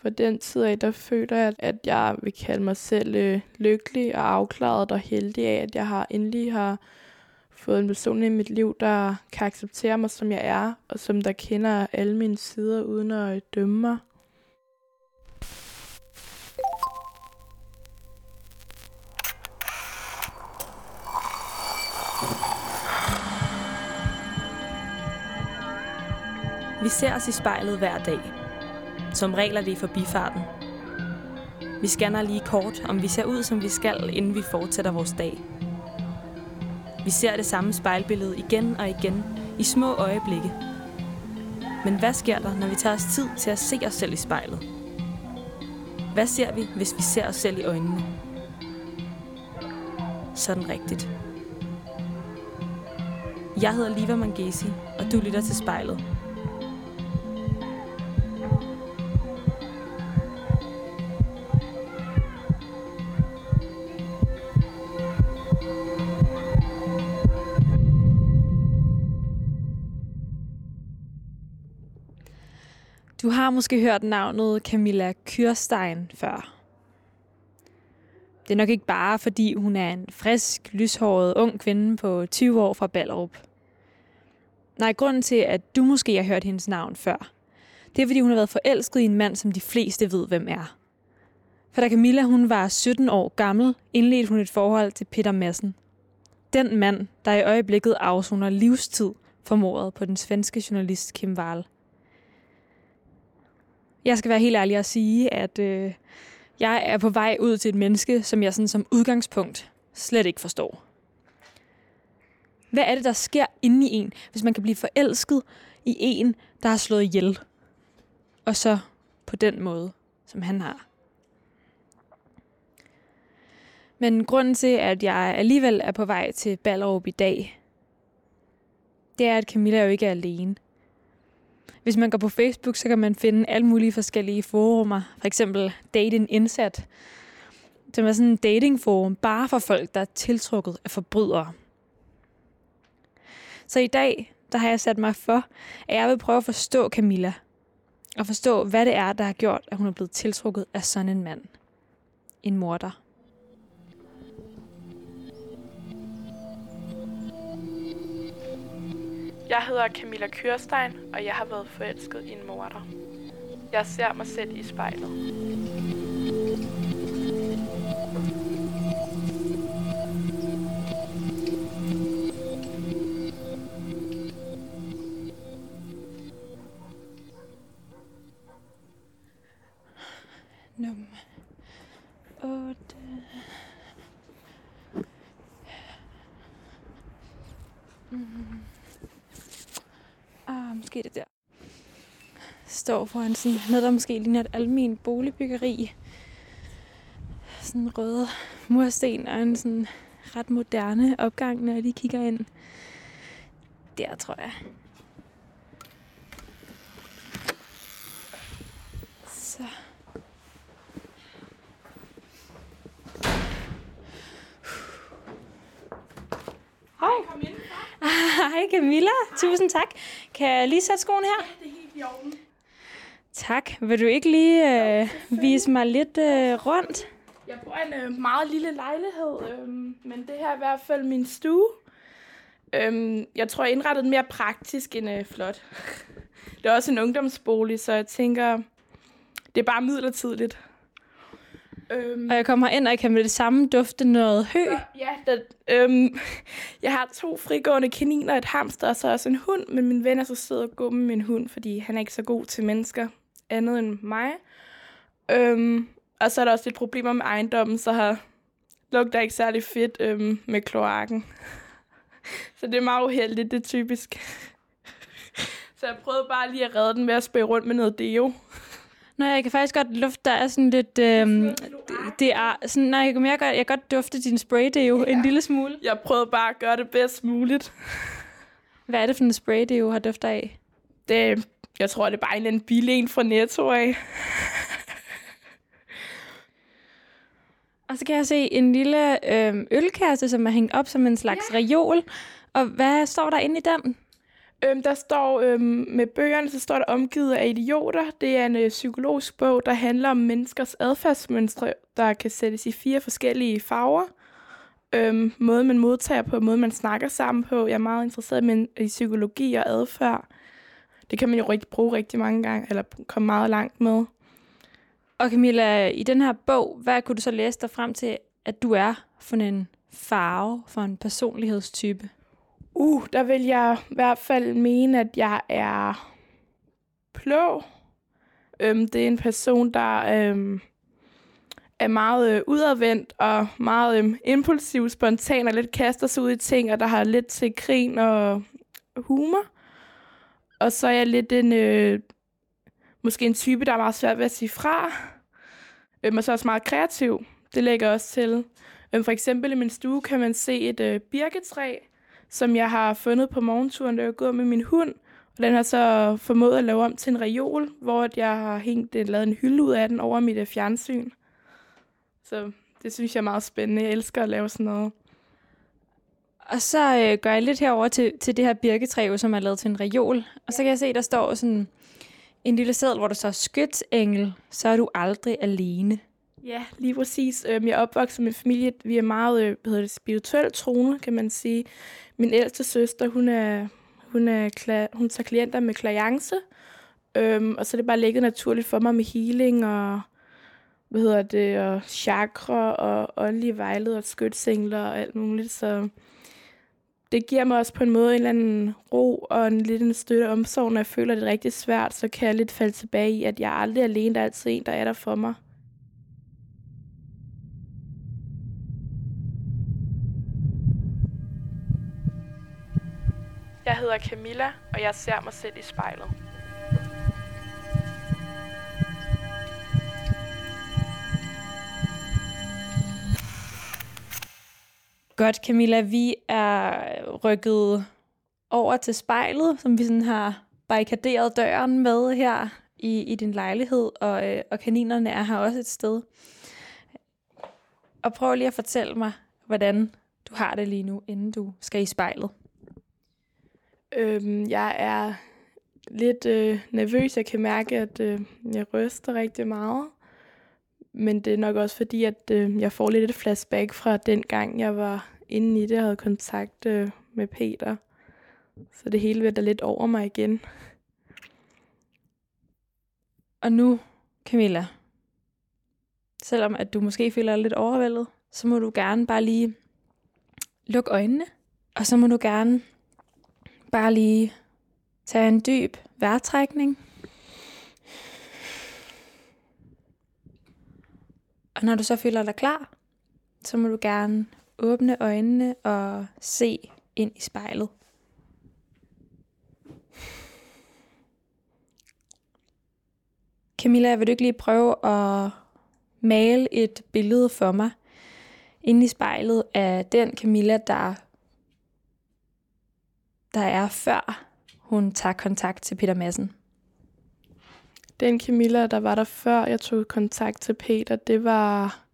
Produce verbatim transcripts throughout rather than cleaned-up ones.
For den tid af, der føler jeg, at jeg vil kalde mig selv øh, lykkelig og afklaret og heldig af, at jeg har endelig har fået en person i mit liv, der kan acceptere mig, som jeg er, og som der kender alle mine sider uden at dømme mig. Vi ser os i spejlet hver dag. Som regel er det i forbifarten. Vi scanner lige kort, om vi ser ud, som vi skal, inden vi fortsætter vores dag. Vi ser det samme spejlbillede igen og igen, i små øjeblikke. Men hvad sker der, når vi tager os tid til at se os selv i spejlet? Hvad ser vi, hvis vi ser os selv i øjnene? Sådan rigtigt. Jeg hedder Liva Mangesi, og du lytter til Spejlet. Du har måske hørt navnet Camilla Kyrstein før. Det er nok ikke bare, fordi hun er en frisk, lyshåret, ung kvinde på tyve år fra Ballerup. Nej, grunden til, at du måske har hørt hendes navn før, det er, fordi hun har været forelsket i en mand, som de fleste ved, hvem er. For da Camilla hun var sytten år gammel, indledte hun et forhold til Peter Madsen. Den mand, der i øjeblikket afsoner livstid for mordet på den svenske journalist Kim Wall. Jeg skal være helt ærlig at sige, at øh, jeg er på vej ud til et menneske, som jeg sådan som udgangspunkt slet ikke forstår. Hvad er det, der sker inde i en, hvis man kan blive forelsket i en, der har slået ihjel? Og så på den måde, som han har. Men grunden til, at jeg alligevel er på vej til Ballerup i dag, det er, at Camilla jo ikke er alene. Hvis man går på Facebook, så kan man finde alle mulige forskellige forumer. For eksempel Dating Indsat, som er sådan en datingforum bare for folk, der er tiltrukket af forbrydere. Så i dag, der har jeg sat mig for, at jeg vil prøve at forstå Camilla. Og forstå, hvad det er, der har gjort, at hun er blevet tiltrukket af sådan en mand. En morder. Jeg hedder Camilla Kyrstein, og jeg har været forelsket i en morder. Jeg ser mig selv i spejlet. Nummer otte. Mm. Ah, måske det der. Står foran sådan noget, der måske ligner et almen boligbyggeri. Sådan røde mursten og en sådan ret moderne opgang, når jeg lige kigger ind. Der, tror jeg. Så. Hej. Kom ind. Hej Camilla, tusind tak. Kan jeg lige sætte skoen her? Ja, det er helt i orden. Tak. Vil du ikke lige øh, vise mig lidt øh, rundt? Jeg bor i en øh, meget lille lejlighed, øh, men det her er i hvert fald min stue. Øh, jeg tror, jeg indrettede den mere praktisk end øh, flot. Det er også en ungdomsbolig, så jeg tænker, det er bare midlertidigt. Øhm, og jeg kommer ind, og jeg kan med det samme dufte noget hø. Ja, det, øhm, jeg har to frigående kaniner, et hamster og så også en hund, men min ven er så sød at gå med min hund, fordi han er ikke så god til mennesker, andet end mig. Øhm, og så er der også lidt problemer med ejendommen, så har lugter ikke særlig fedt øhm, med kloakken. Så det er meget uheldigt, det er typisk. Så jeg prøvede bare lige at redde den ved at spære rundt med noget deo. Nå, jeg kan faktisk godt lufte, der er sådan lidt... Øhm, det, det er sådan, nej, jeg kan mere godt, jeg kan godt dufte din spray deo ja. En lille smule. Jeg prøvede bare at gøre det bedst muligt. Hvad er det for en spray deo, har dufter af? Det, jeg tror, det er bare en eller anden billig en fra Netto af. Og så kan jeg se en lille øhm, ølkasse, som er hængt op som en slags ja. Reol. Og hvad står der inde i den? Øhm, der står øhm, med bøgerne, så står der omgivet af idioter. Det er en øh, psykologisk bog, der handler om menneskers adfærdsmønstre, der kan sættes i fire forskellige farver. Øhm, måde man modtager på, måde man snakker sammen på. Jeg er meget interesseret i, i psykologi og adfærd. Det kan man jo rigtig bruge rigtig mange gange, eller komme meget langt med. Og Camilla, i den her bog, hvad kunne du så læse dig frem til, at du er for en farve, for en personlighedstype? Uh, der vil jeg i hvert fald mene, at jeg er blå. Øhm, det er en person, der øhm, er meget øh, udadvendt og meget øhm, impulsiv, spontan og lidt kaster sig ud i ting, og der har lidt til grin og humor. Og så er jeg lidt en, øh, måske en type, der er meget svært ved at sige fra. Øhm, og så er også meget kreativ. Det lægger også til. Øhm, for eksempel i min stue kan man se et øh, birketræ, som jeg har fundet på morgenturen, da jeg går med min hund. Og den har så formået at lave om til en reol, hvor jeg har hængt, lavet en hylde ud af den over mit fjernsyn. Så det synes jeg er meget spændende. Jeg elsker at lave sådan noget. Og så øh, gør jeg lidt herover til, til det her birketræ, som er lavet til en reol. Og så kan jeg se, der står sådan en lille seddel, hvor der står skytsengel, så er du aldrig alene. Ja, lige præcis. Jeg er opvokset med en familie. Vi er meget hvad hedder det, spirituelt troende, kan man sige. Min ældste søster, hun er, hun er hun tager klienter med klariance. Øhm, og så er det bare ligget naturligt for mig med healing og hvad hedder det, og chakra og åndelige vejleder og skytsengler og alt muligt. Så det giver mig også på en måde en eller anden ro og en lidt en støtte og omsorg. Når jeg føler, det er rigtig svært, så kan jeg lidt falde tilbage i, at jeg er aldrig alene. Der er altid en, der er der for mig. Jeg hedder Camilla, og jeg ser mig selv i spejlet. Godt, Camilla. Vi er rykket over til spejlet, som vi sådan har barrikaderet døren med her i, i din lejlighed, og, øh, og kaninerne er her også et sted. Og prøv lige at fortælle mig, hvordan du har det lige nu, inden du skal i spejlet. Øhm, jeg er lidt øh, nervøs. Jeg kan mærke, at øh, jeg ryster rigtig meget. Men det er nok også fordi, at øh, jeg får lidt et flashback fra den gang, jeg var inde i det og havde kontakt øh, med Peter. Så det hele vender lidt over mig igen. Og nu, Camilla, selvom at du måske føler dig lidt overvældet, så må du gerne bare lige lukke øjnene. Og så må du gerne bare lige tage en dyb vejrtrækning. Og når du så føler dig klar, så må du gerne åbne øjnene og se ind i spejlet. Camilla, vil du ikke lige prøve at male et billede for mig inde i spejlet af den Camilla, der, der er før hun tager kontakt til Peter Madsen? Den Camilla, der var der før jeg tog kontakt til Peter, det var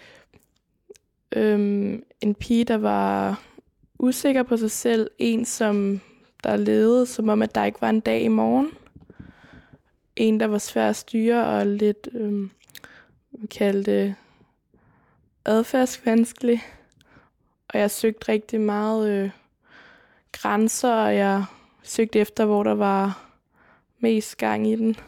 øhm, en pige, der var usikker på sig selv. En, som der levede, som om, at der ikke var en dag i morgen. En, der var svær at styre og lidt, øhm, vi kaldte det, adfærdsvanskelig. Og jeg søgte rigtig meget øh, grænser, og jeg søgte efter, hvor der var mest gang i den.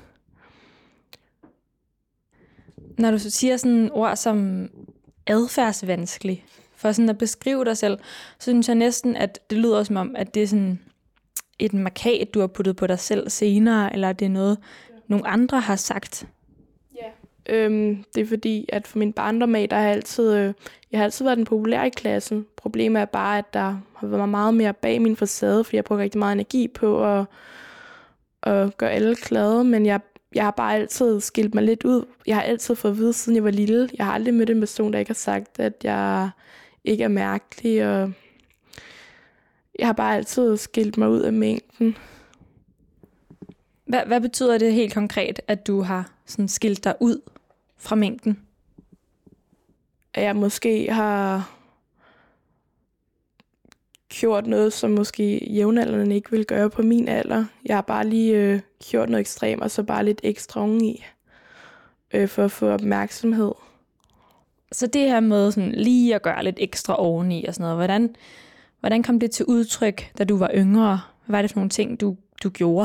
Når du så siger sådan ord som adfærdsvanskelig, for sådan at beskrive dig selv, så synes jeg næsten, at det lyder som om, at det er sådan et markat, du har puttet på dig selv senere, eller det er noget, nogle andre har sagt. Ja. Øhm, det er fordi, at for min barndom af, der har jeg altid, øh, jeg har altid været den populære i klassen. Problemet er bare, at der har været meget mere bag min facade, fordi jeg bruger rigtig meget energi på at, at gøre alle glade, men jeg Jeg har bare altid skilt mig lidt ud. Jeg har altid fået at vide, siden jeg var lille. Jeg har aldrig mødt en person, der ikke har sagt, at jeg ikke er mærkelig. Og jeg har bare altid skilt mig ud af mængden. Hvad, hvad betyder det helt konkret, at du har sådan skilt dig ud fra mængden? At jeg måske har gjort noget, som måske jævnaldrende ikke ville gøre på min alder. Jeg har bare lige øh, gjort noget ekstremt, og så bare lidt ekstra oveni, øh, for at få opmærksomhed. Så det her med sådan lige at gøre lidt ekstra oveni og sådan noget, hvordan, hvordan kom det til udtryk, da du var yngre? Hvad var det for nogle ting, du, du gjorde?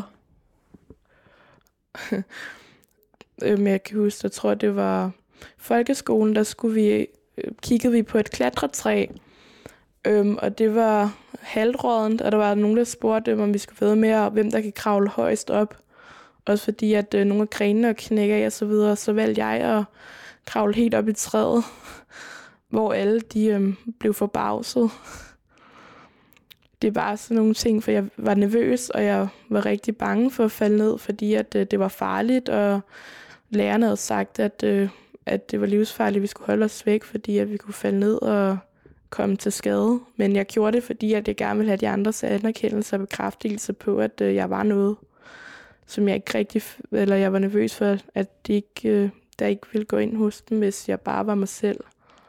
øhm, jeg kan huske, jeg tror, det var folkeskolen, der skulle vi, øh, kiggede vi på et klatretræ, øhm, og det var halvrådent, og der var nogen, der spurgte, om vi skulle vide mere, hvem der kan kravle højst op. Også fordi, at øh, nogle af grenene knækker af og så videre, så valgte jeg at kravle helt op i træet, hvor alle de øh, blev forbavset. Det var sådan nogle ting, for jeg var nervøs, og jeg var rigtig bange for at falde ned, fordi at, øh, det var farligt, og lærerne havde sagt, at, øh, at det var livsfarligt, at vi skulle holde os væk, fordi at vi kunne falde ned og komme til skade. Men jeg gjorde det, fordi at jeg gerne ville have de andres anerkendelse og bekræftelse på, at øh, jeg var noget, som jeg ikke rigtig, eller jeg var nervøs for, at det ikke, øh, der ikke ville gå ind hos dem, hvis jeg bare var mig selv.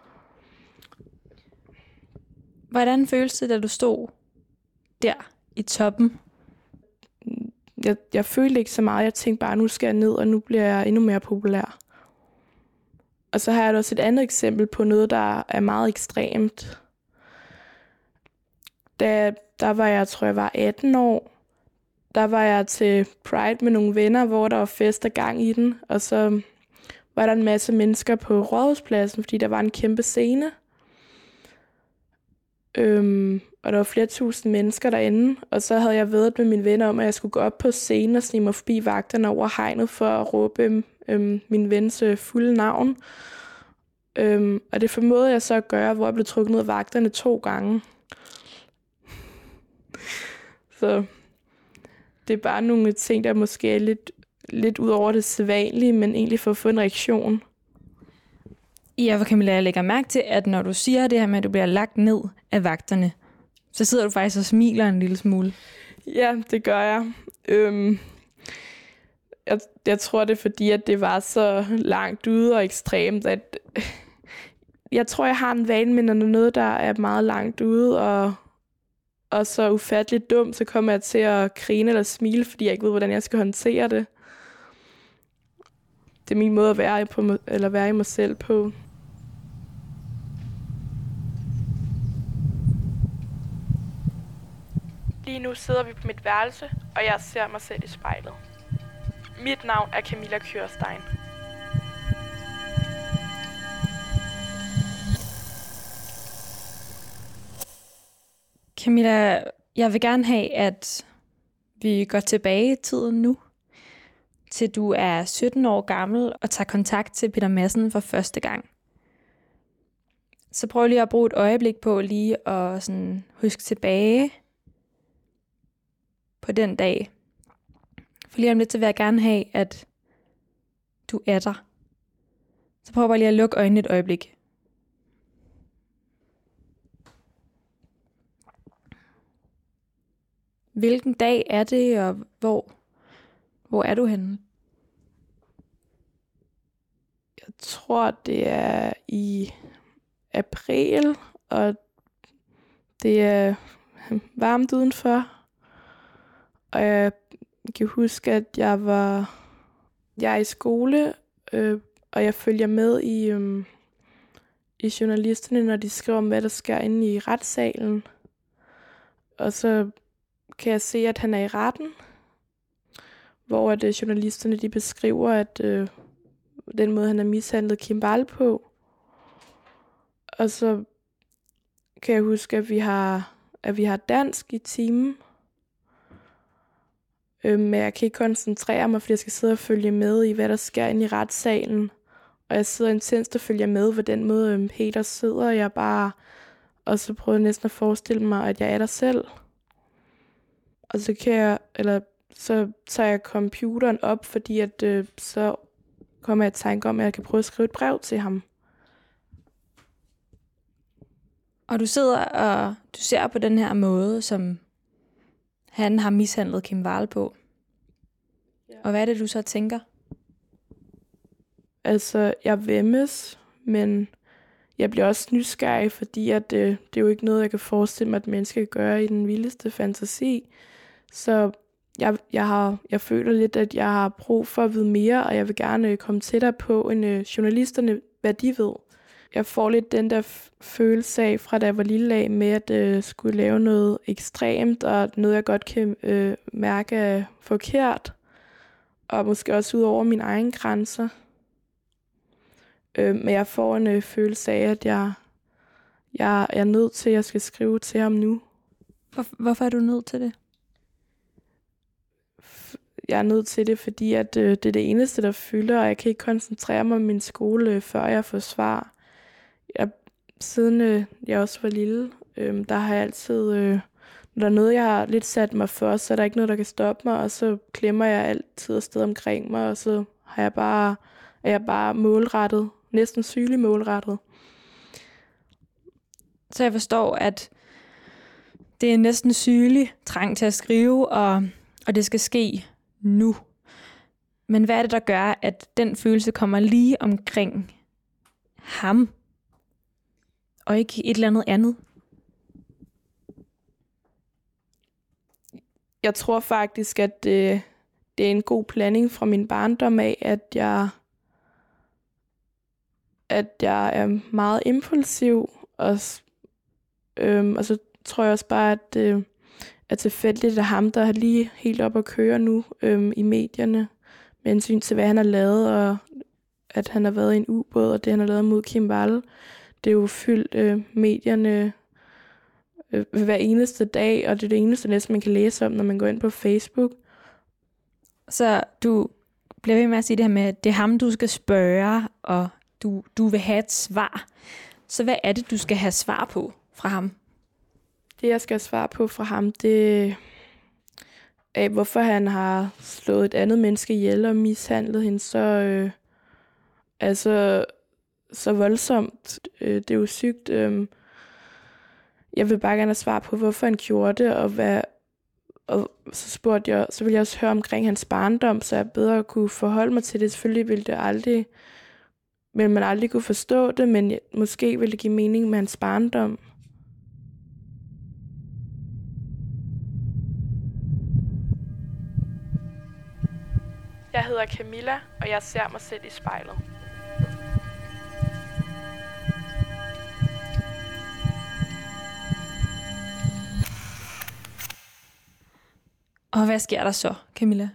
Hvordan føltes det, da du stod der i toppen? Jeg, jeg følte ikke så meget. Jeg tænkte bare, nu skal jeg ned, og nu bliver jeg endnu mere populær. Og så har jeg også et andet eksempel på noget, der er meget ekstremt. Da der var jeg, tror jeg var atten år, der var jeg til Pride med nogle venner, hvor der var fest og gang i den. Og så var der en masse mennesker på Rådhuspladsen, fordi der var en kæmpe scene. Øhm, og der var flere tusind mennesker derinde. Og så havde jeg væddet med mine venner om, at jeg skulle gå op på scenen og snige mig forbi vagterne over hegnet for at råbe øhm, min vens øh, fulde navn. Øhm, og det formåede jeg så at gøre, hvor jeg blev trukket ned af vagterne to gange. Så det er bare nogle ting, der måske er lidt, lidt ud over det sædvanlige, men egentlig for at få en reaktion. Ja, for Camilla, jeg lægger mærke til, at når du siger det her med, at du bliver lagt ned af vagterne, så sidder du faktisk og smiler en lille smule. Ja, det gør jeg. Øhm, jeg, jeg tror, det er fordi, at det var så langt ude og ekstremt, at jeg tror, jeg har en vane med, når der er noget, der er meget langt ude, og, og så ufatteligt dumt, så kommer jeg til at grine eller smile, fordi jeg ikke ved, hvordan jeg skal håndtere det. Det er min måde at være, på, eller være i mig selv på. Lige nu sidder vi på mit værelse, og jeg ser mig selv i spejlet. Mit navn er Camilla Kjørstein. Camilla, jeg vil gerne have, at vi går tilbage i tiden nu, til du er sytten år gammel og tager kontakt til Peter Madsen for første gang. Så prøv lige at bruge et øjeblik på lige at sådan huske tilbage på den dag. For lige om lidt, så vil jeg gerne have, at du er der. Så prøv bare lige at lukke øjnene et øjeblik. Hvilken dag er det, og hvor, hvor er du henne? Jeg tror, det er i april, og det er varmt udenfor. Og jeg kan huske, at jeg var jeg er i skole, øh, og jeg følger med i, øh, i journalisterne, når de skriver om, hvad der sker inde i retssalen. Og så kan jeg se, at han er i retten, hvor at, øh, journalisterne de beskriver, at øh, den måde, han har mishandlet Kim Wall på. Og så kan jeg huske, at vi har, at vi har dansk i timen. Øh, men jeg kan ikke koncentrere mig, fordi jeg skal sidde og følge med i, hvad der sker inde i retssalen. Og jeg sidder intenst og følger med på den måde, øh, Peter sidder, og jeg bare... Og så prøver jeg næsten at forestille mig, at jeg er der selv. Og så kan jeg... Eller så tager jeg computeren op, fordi at, øh, så kommer jeg i tanke om, at jeg kan prøve at skrive et brev til ham. Og du sidder og du ser på den her måde, som han har mishandlet Kim Wall på. Ja. Og hvad er det, du så tænker? Altså, jeg væmmes, men jeg bliver også nysgerrig, fordi at, øh, det er jo ikke noget, jeg kan forestille mig, at mennesker kan gøre i den vildeste fantasi. Så jeg, jeg, har, jeg føler lidt, at jeg har brug for at vide mere, og jeg vil gerne komme tættere på end øh, journalisterne, hvad de ved. Jeg får lidt den der f- følelse af, fra da jeg var lille af, med at øh, skulle lave noget ekstremt, og noget, jeg godt kan øh, mærke er forkert, og måske også ud over mine egne grænser. Øh, men jeg får en øh, følelse af, at jeg, jeg, jeg er nødt til, at jeg skal skrive til ham nu. Hvor, hvorfor er du nødt til det? Jeg er nødt til det, fordi at, øh, det er det eneste, der fylder, og jeg kan ikke koncentrere mig om min skole, øh, før jeg får svar. Jeg, siden øh, jeg også var lille, øh, der har jeg altid, øh, når der er noget, jeg har lidt sat mig for, så er der ikke noget, der kan stoppe mig, og så klemmer jeg altid afsted omkring mig, og så har jeg bare, er jeg bare målrettet, næsten sygelig målrettet. Så jeg forstår, at det er næsten sygelig trang til at skrive, og, og det skal ske nu. Men hvad er det, der gør, at den følelse kommer lige omkring ham, og ikke et eller andet andet? Jeg tror faktisk, at det, det er en god blanding fra min barndom af, at jeg, at jeg er meget impulsiv, og, øhm, og så tror jeg også bare, at det er tilfældigt, at ham, der er lige helt op at køre nu øhm, i medierne, med hensyn til, hvad han har lavet, og at han har været i en ubåd, og det, han har lavet mod Kim Wall. Det er jo fyldt øh, medierne øh, hver eneste dag, og det er det eneste næsten, man kan læse om, når man går ind på Facebook. Så du bliver ved med at sige det her med, at det er ham, du skal spørge, og du, du vil have et svar. Så hvad er det, du skal have svar på fra ham? Det, jeg skal have svar på fra ham, det er, hvorfor han har slået et andet menneske ihjel og mishandlet hende så, øh, altså, så voldsomt. Øh, det er jo sygt. Øh, jeg vil bare gerne have svar på, hvorfor han gjorde det, og hvad... Og så spurgte jeg, så ville jeg også høre omkring hans barndom, så jeg bedre kunne forholde mig til det. Selvfølgelig ville det aldrig, ville man aldrig kunne forstå det, men måske ville det give mening med hans barndom. Jeg hedder Camilla, og jeg ser mig selv i spejlet. Og hvad sker der så, Camilla?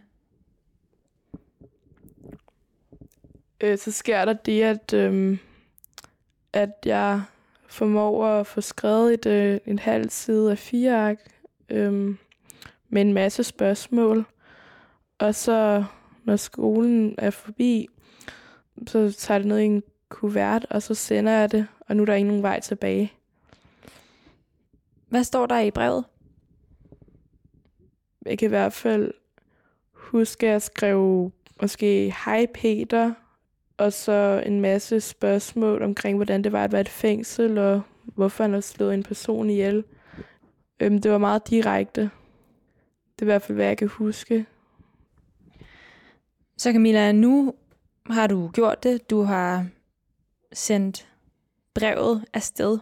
Øh, så sker der det, at, øh, at jeg formår at få skrevet et, øh, en halv side af fire ark øh, med en masse spørgsmål. Og så, når skolen er forbi, så tager det ned i en kuvert, og så sender jeg det, og nu er der ikke nogen vej tilbage. Hvad står der i brevet? Jeg kan i hvert fald huske, at jeg skrev måske hej Peter, og så en masse spørgsmål omkring, hvordan det var at være et fængsel, og hvorfor han havde slået en person ihjel. Øhm, det var meget direkte. Det er i hvert fald, hvad jeg kan huske. Så Camilla, nu har du gjort det. Du har sendt brevet afsted.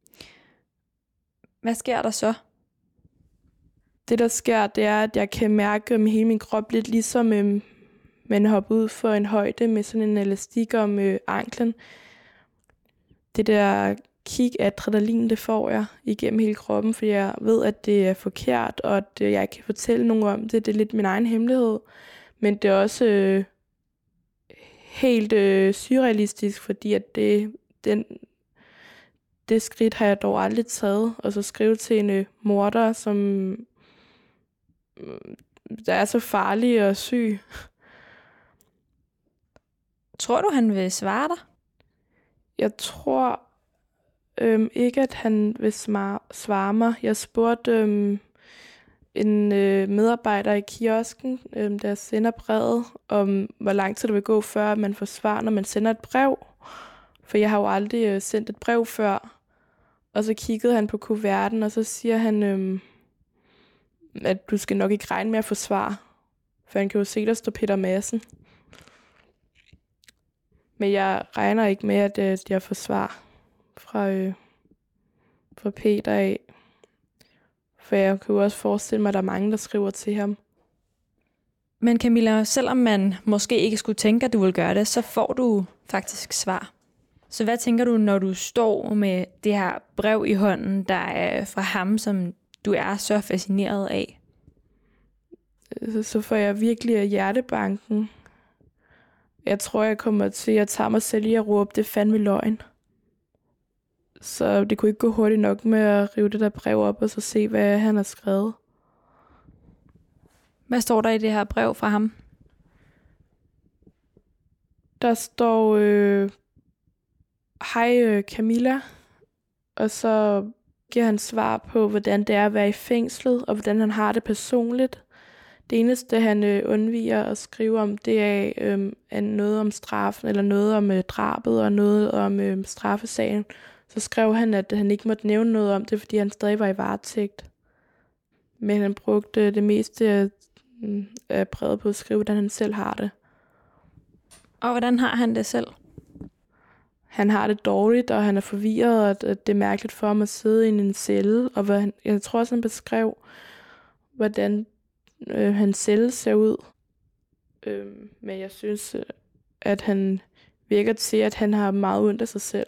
Hvad sker der så? Det, der sker, det er, at jeg kan mærke med hele min krop lidt ligesom øhm, man hopper ud for en højde med sådan en elastik om øh, anklen. Det der kick af adrenalin, det får jeg igennem hele kroppen, fordi jeg ved, at det er forkert, og at øh, jeg kan fortælle nogen om det. Det er lidt min egen hemmelighed. Men det er også øh, helt øh, surrealistisk, fordi at det, den, det skridt har jeg dog aldrig taget. Og så skrive til en øh, morder, som øh, der er så farlig og syg. Tror du, han vil svare dig? Jeg tror øh, ikke, at han vil svare mig. Jeg spurgte øh, en øh, medarbejder i kiosken, øh, der sender brevet, om hvor lang tid det vil gå, før man får svar, når man sender et brev. For jeg har jo aldrig øh, sendt et brev før. Og så kiggede han på kuverten, og så siger han, øh, at du skal nok ikke regne med at få svar. For han kan jo se, der står Peter Madsen. Men jeg regner ikke med, at, at jeg får svar. fra, øh, fra Peter af. For jeg kan jo også forestille mig, at der er mange, der skriver til ham. Men Camilla, selvom man måske ikke skulle tænke, at du vil gøre det, så får du faktisk svar. Så hvad tænker du, når du står med det her brev i hånden, der er fra ham, som du er så fascineret af? Så får jeg virkelig af hjertebanken. Jeg tror, jeg kommer til at tage mig selv i at råbe, det fandme løgn. Så det kunne ikke gå hurtigt nok med at rive det der brev op og så se, hvad han har skrevet. Hvad står der i det her brev fra ham? Der står, øh, hej Camilla, og så giver han svar på, hvordan det er at være i fængslet, og hvordan han har det personligt. Det eneste, han øh, undviger at skrive om, det er øh, noget om straffen, eller noget om øh, drabet, og noget om øh, straffesagen. Så skrev han, at han ikke måtte nævne noget om det, fordi han stadig var i varetægt. Men han brugte det meste af, af brevet på at skrive, hvordan han selv har det. Og hvordan har han det selv? Han har det dårligt, og han er forvirret, og at det er mærkeligt for ham at sidde i en celle. Og hvad han, jeg tror også, han beskrev, hvordan øh, hans celle ser ud. Øh, men jeg synes, at han virker til, at han har meget ondt af sig selv.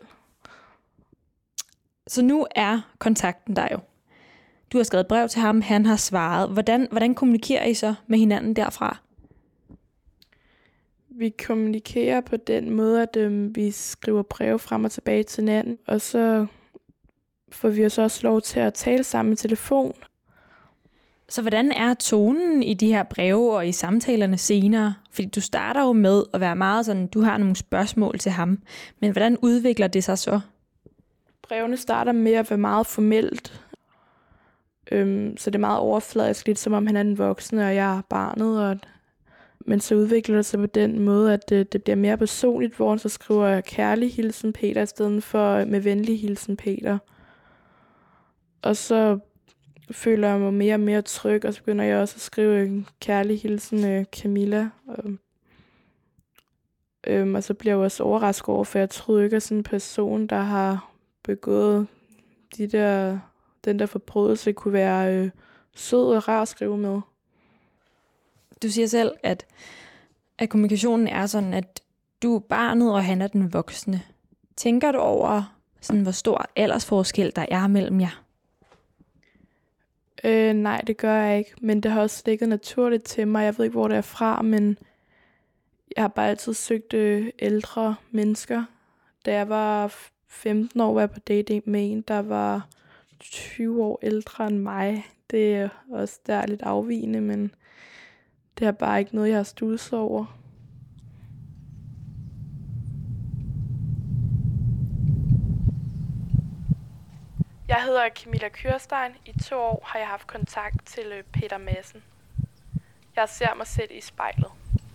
Så nu er kontakten der jo. Du har skrevet brev til ham, han har svaret. Hvordan, hvordan kommunikerer I så med hinanden derfra? Vi kommunikerer på den måde, at øh, vi skriver breve frem og tilbage til hinanden, og så får vi så også lov til at tale sammen i telefon. Så hvordan er tonen i de her breve og i samtalerne senere? Fordi du starter jo med at være meget sådan, du har nogle spørgsmål til ham, men hvordan udvikler det sig så? Brevene starter med at være meget formelt, øhm, så det er meget overfladisk, lidt som om han er den voksne, og jeg er barnet. Og men så udvikler det sig på den måde, at det, det bliver mere personligt, hvor han så skriver kærlig hilsen Peter, i stedet for med venlig hilsen Peter. Og så føler jeg mig mere og mere tryg, og så begynder jeg også at skrive en kærlig hilsen Camilla. Og, øhm, og så bliver jeg også overrasket over, for jeg troede ikke, at sådan en person, der har begået de der, den der forbrydelse, kunne være øh, sød og rar at skrive med. Du siger selv, at, at kommunikationen er sådan, at du er barnet, og han er den voksne. Tænker du over, sådan, hvor stor aldersforskel der er mellem jer? Øh, nej, det gør jeg ikke, men det har også ligget naturligt til mig. Jeg ved ikke, hvor det er fra, men jeg har bare altid søgt øh, ældre mennesker. Da jeg var femten år, var jeg på dating med en, der var tyve år ældre end mig. Det er også der er lidt afvigende, men det er bare ikke noget, jeg har studset over. Jeg hedder Camilla Kyrstein. I to år har jeg haft kontakt til Peter Madsen. Jeg ser mig selv i spejlet.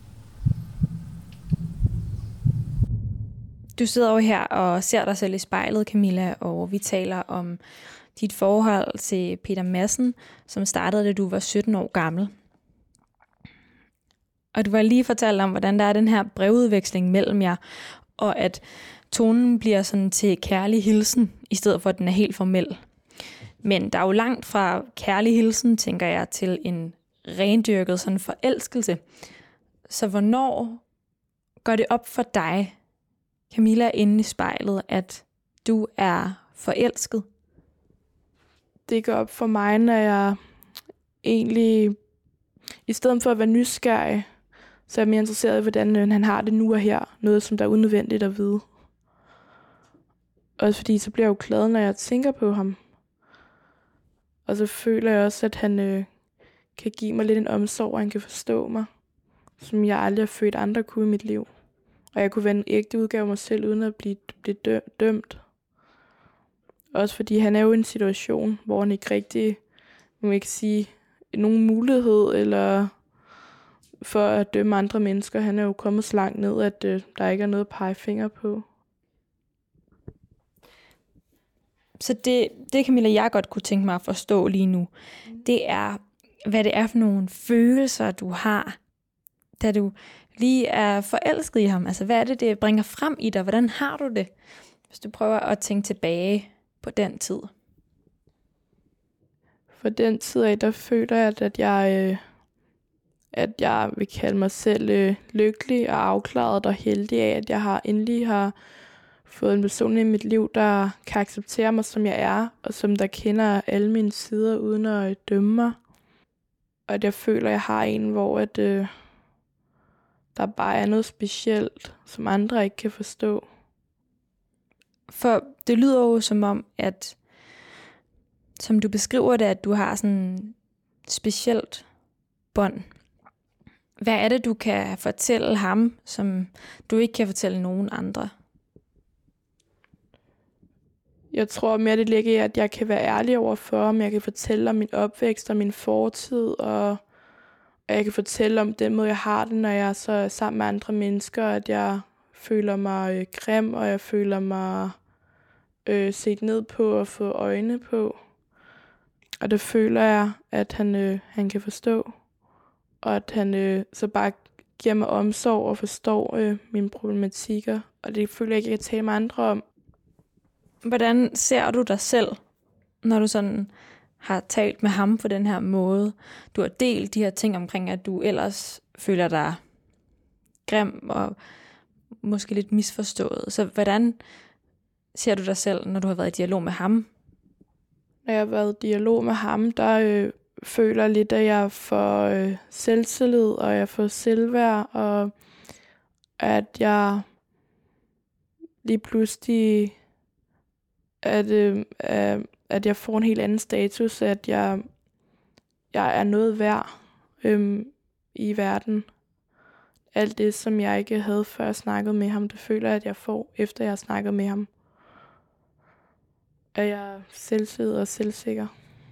Du sidder jo her og ser dig selv i spejlet, Camilla, og vi taler om dit forhold til Peter Madsen, som startede, da du var sytten år gammel. Og du var lige fortalt om, hvordan der er den her brevudveksling mellem jer, og at tonen bliver sådan til kærlig hilsen, i stedet for at den er helt formel. Men der er jo langt fra kærlig hilsen, tænker jeg, til en rendyrket sådan forelskelse. Så hvornår går det op for dig, Camilla, inde i spejlet, at du er forelsket? Det går op for mig, når jeg egentlig, i stedet for at være nysgerrig, så er jeg mere interesseret i, hvordan han har det nu og her. Noget, som der er unødvendigt at vide. Også fordi, så bliver jeg jo glad, når jeg tænker på ham. Og så føler jeg også, at han øh, kan give mig lidt en omsorg, og han kan forstå mig, som jeg aldrig har følt andre kunne i mit liv. Og jeg kunne være en ægte udgave af mig selv, uden at blive, blive dø- dømt. Også fordi han er jo i en situation, hvor han ikke rigtig, man ikke sige, nogen mulighed eller for at dømme andre mennesker. Han er jo kommet så langt ned, at øh, der ikke er noget at pege fingre på. Så det, det Camilla, jeg godt kunne tænke mig at forstå lige nu, det er, hvad det er for nogle følelser, du har, da du lige er forelsket i ham. Altså, hvad er det, det bringer frem i dig? Hvordan har du det? Hvis du prøver at tænke tilbage på den tid. For den tid af, der føler jeg, at jeg, øh, at jeg vil kalde mig selv øh, lykkelig og afklaret og heldig af, at jeg har endelig har fået en person i mit liv, der kan acceptere mig, som jeg er, og som der kender alle mine sider, uden at dømme mig. Og at jeg føler, at jeg har en, hvor at, øh, der bare er noget specielt, som andre ikke kan forstå. For det lyder jo som om, at som du beskriver det, at du har sådan et specielt bånd. Hvad er det, du kan fortælle ham, som du ikke kan fortælle nogen andre? Jeg tror mere, det ligger i, at jeg kan være ærlig over for ham. Jeg kan fortælle om min opvækst og min fortid, og og jeg kan fortælle om den måde, jeg har det, når jeg så er sammen med andre mennesker, at jeg føler mig øh, grim, og jeg føler mig øh, set ned på og få øjne på. Og det føler jeg, at han, øh, han kan forstå, og at han øh, så bare giver mig omsorg og forstår øh, mine problematikker. Og det føler jeg ikke, jeg kan tale med andre om. Hvordan ser du dig selv, når du sådan har talt med ham på den her måde? Du har delt de her ting omkring, at du ellers føler dig grim og måske lidt misforstået. Så hvordan ser du dig selv, når du har været i dialog med ham? Når jeg har været i dialog med ham, der øh, føler jeg lidt, at jeg får øh, selvtillid, og jeg får selvværd, og at jeg lige pludselig, at, øh, at jeg får en helt anden status, at jeg, jeg er noget værd øh, i verden. Alt det, som jeg ikke havde før jeg snakkede med ham, det føler jeg, at jeg får, efter jeg har snakket med ham. At jeg er selvtillid og selvsikker.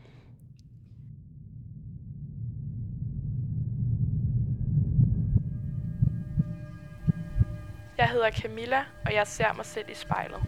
Jeg hedder Camilla, og jeg ser mig selv i spejlet.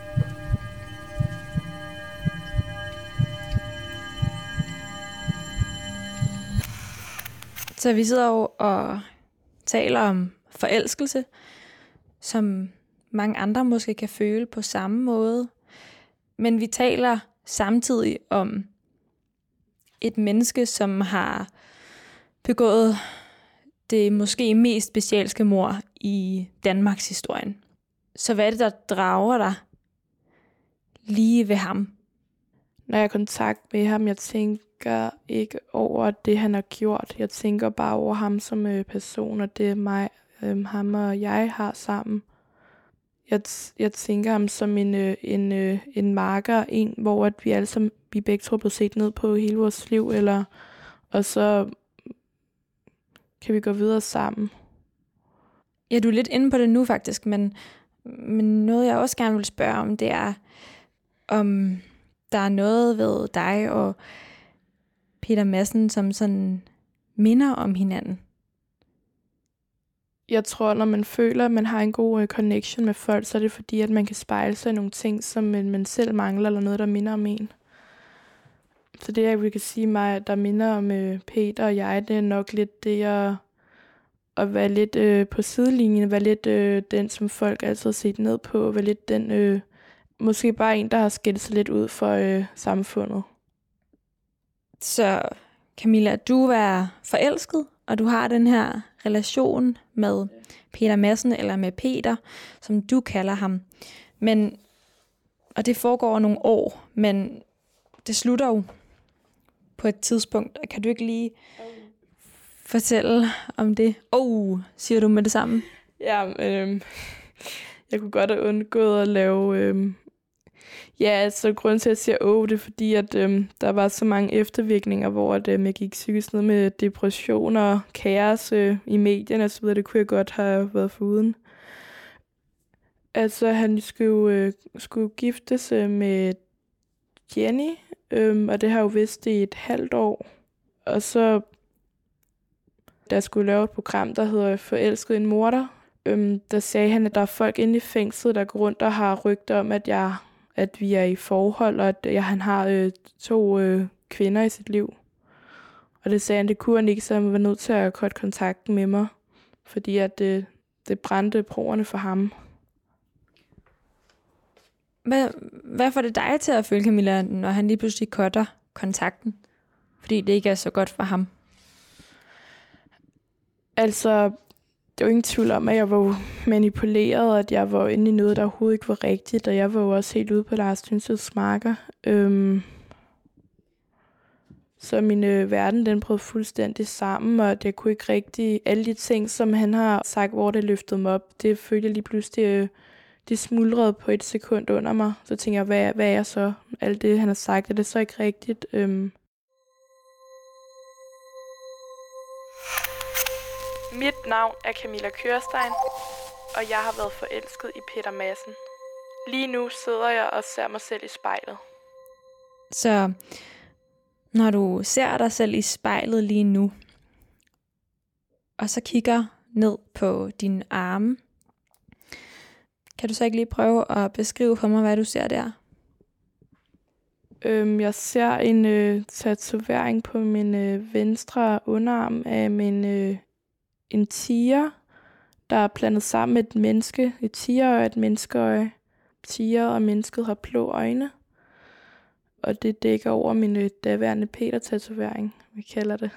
Så vi sidder jo og taler om forelskelse, som mange andre måske kan føle på samme måde. Men vi taler samtidig om et menneske, som har begået det måske mest specialske mord i Danmarks historie. Så hvad er det, der drager dig lige ved ham? Når jeg er i kontakt med ham, jeg tænker ikke over det, han har gjort. Jeg tænker bare over ham som øh, person, og det mig, øh, ham og jeg har sammen. Jeg, t- jeg tænker ham som en, øh, en, øh, en marker, en, hvor at vi alle sammen, vi begge to er blevet set ned på hele vores liv, eller, og så kan vi gå videre sammen. Ja, du er lidt inde på det nu faktisk, men, men noget jeg også gerne vil spørge om, det er, om der er noget ved dig og Peter Madsen, som sådan minder om hinanden. Jeg tror, når man føler, at man har en god uh, connection med folk, så er det fordi, at man kan spejle sig i nogle ting, som man, man selv mangler, eller noget, der minder om en. Så det, jeg kan sige mig, der minder om uh, Peter og jeg, det er nok lidt det, at, at være lidt uh, på sidelinjen, være lidt uh, den, som folk altid har set ned på, være lidt den, uh, måske bare en, der har skilt sig lidt ud for uh, samfundet. Så Camilla, du er forelsket, og du har den her relation med Peter Madsen, eller med Peter, som du kalder ham. Men, og det foregår over nogle år, men det slutter jo på et tidspunkt. Kan du ikke lige fortælle om det? Åh, oh, siger du med det samme? Ja, øh, jeg kunne godt have undgået at lave... Øh, ja, altså grunden til, at jeg siger åh, det er fordi, at øh, der var så mange eftervirkninger, hvor at, øh, jeg gik psykisk ned med depression og kaos øh, i medierne og så videre. Det kunne jeg godt have været foruden. Altså, han skulle, øh, skulle giftes øh, med Jenny, øh, og det har jo vidst i et halvt år. Og så, da jeg skulle lave et program, der hedder Forelsket en morder, øh, der sagde han, at der er folk inde i fængslet, der går rundt og har rygter om, at jeg at vi er i forhold, og at jeg, han har øh, to øh, kvinder i sit liv. Og det sagde han, det kunne han ikke, så han var nødt til at korte kontakten med mig, fordi at det, det brændte broerne for ham. Hvad, hvad får det dig til at føle, Camilla, når han lige pludselig cutter kontakten? Fordi det ikke er så godt for ham. Altså, det er jo ingen tvivl om, at jeg var manipuleret, og at jeg var inde i noget, der overhovedet ikke var rigtigt, og jeg var jo også helt ude på Lars Tønseds marker. Øhm, så min øh, verden, den brød fuldstændig sammen, og det kunne ikke rigtig... Alle de ting, som han har sagt, hvor det løftede mig op, det følte jeg lige pludselig... Øh, det smuldrede på et sekund under mig. Så tænker jeg, hvad, hvad er jeg så? Alt det, han har sagt, er det så ikke rigtigt? Øhm. Mit navn er Camilla Kjørstein, og jeg har været forelsket i Peter Madsen. Lige nu sidder jeg og ser mig selv i spejlet. Så når du ser dig selv i spejlet lige nu, og så kigger ned på dine arme, kan du så ikke lige prøve at beskrive for mig, hvad du ser der? Øhm, jeg ser en øh, tatovering på min øh, venstre underarm af min, øh, en tiger, der er blandet sammen med et menneske. Et tigerøje og et menneskeøje. Tiger og mennesket har blå øjne. Og det dækker over min øh, daværende Peter-tatovering, vi kalder det.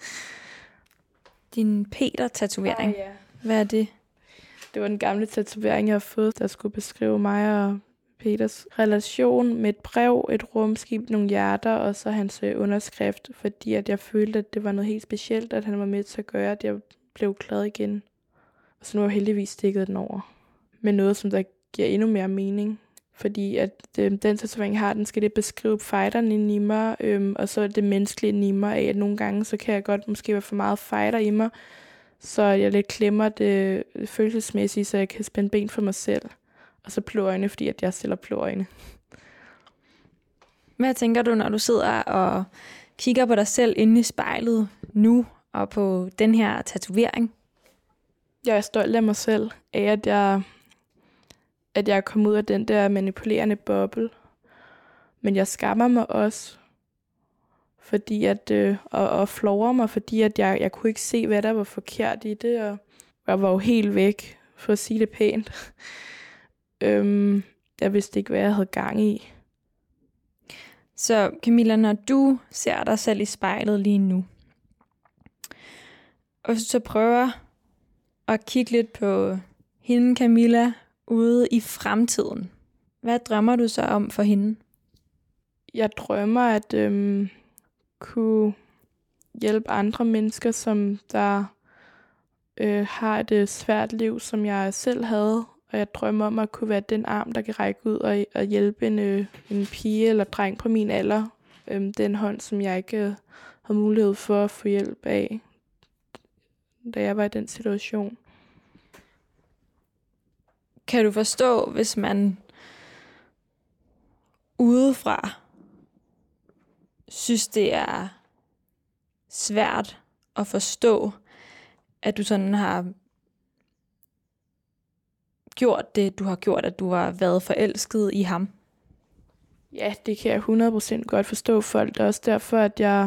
Din Peter-tatovering? Ah, ja. Hvad er det? Det var den gamle tatovering, jeg har fået, der skulle beskrive mig og Peters relation med et brev, et rumskib, nogle hjerter og så hans underskrift, fordi at jeg følte, at det var noget helt specielt, at han var med til at gøre, at jeg blev glad igen. Og så nu har jeg heldigvis stikket den over med noget, som der giver endnu mere mening. Fordi at øh, den tatovering har, den skal det beskrive fighteren inde i mig, øh, og så det menneskelige inde i mig, af at nogle gange, så kan jeg godt måske være for meget fighter i mig, så jeg lidt klemmer det følelsesmæssige, så jeg kan spænde ben for mig selv. Og så blå øjne, fordi at jeg stiller blå øjne. Hvad tænker du, når du sidder og kigger på dig selv inde i spejlet nu, og på den her tatovering? Jeg er stolt af mig selv, af at jeg, at jeg er kommet ud af den der manipulerende boble. Men jeg skammer mig også, fordi at, øh, og, og flover mig, fordi at jeg, jeg kunne ikke se, hvad der var forkert i det, og jeg var jo helt væk, for at sige det pænt. øhm, jeg vidste ikke, hvad jeg havde gang i. Så Camilla, når du ser dig selv i spejlet lige nu, og så prøver at kigge lidt på hende, Camilla, ude i fremtiden, hvad drømmer du så om for hende? Jeg drømmer at øhm, kunne hjælpe andre mennesker, som der øh, har et øh, svært liv, som jeg selv havde. Og jeg drømmer om at kunne være den arm, der kan række ud og, og hjælpe en, øh, en pige eller dreng på min alder. Øh, den hånd, som jeg ikke øh, havde mulighed for at få hjælp af, da jeg var i den situation. Kan du forstå, hvis man udefra synes, det er svært at forstå, at du sådan har gjort det, du har gjort, at du har været forelsket i ham? Ja, det kan jeg hundrede procent godt forstå folk. Det er også derfor, at jeg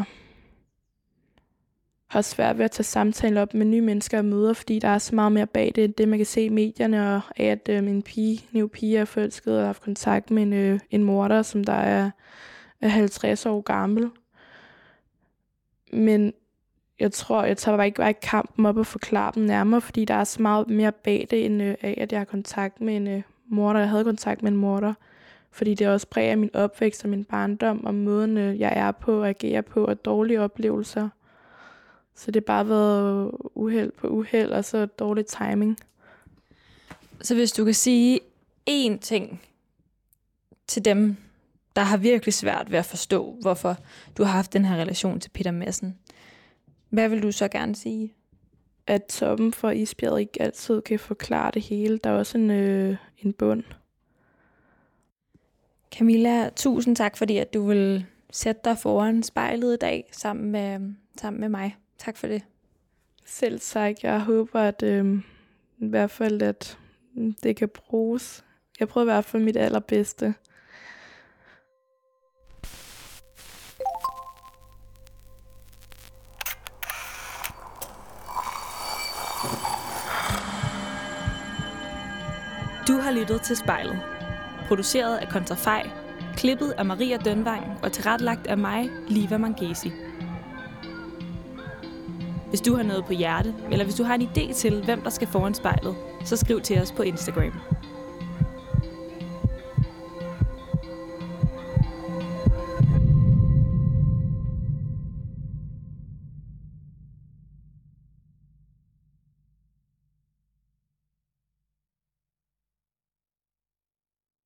har svært ved at tage samtaler op med nye mennesker og møder, fordi der er så meget mere bag det, end det man kan se i medierne, og af at øh, min pige, new pige er forelsket og har haft kontakt med en, øh, en morder, som der er, er halvtreds år gammel. Men jeg tror, jeg tager bare ikke, bare ikke kampen op og forklare dem nærmere, fordi der er så meget mere bag det, end øh, af at jeg har kontakt med en øh, morder. Jeg havde kontakt med en morder, fordi det også præger min opvækst og min barndom, og måden øh, jeg er på og agerer på, og dårlige oplevelser. Så det har bare været uheld på uheld, og så dårlig timing. Så hvis du kan sige én ting til dem, der har virkelig svært ved at forstå, hvorfor du har haft den her relation til Peter Madsen, hvad vil du så gerne sige? At toppen for isbjerget ikke altid kan forklare det hele. Der er også en, øh, en bund. Camilla, tusind tak, fordi at du vil sætte dig foran spejlet i dag sammen med, sammen med mig. Tak for det. Selv tak. Jeg håber, at øh, i hvert fald, at det kan bruges. Jeg prøver i hvert fald mit allerbedste. Du har lyttet til Spejlet. produceret af Kontrafej, klippet af Maria Dønvang og tilrettelagt af mig, Liva Mangesi. Hvis du har noget på hjerte, eller hvis du har en idé til, hvem der skal foran spejlet, så skriv til os på Instagram.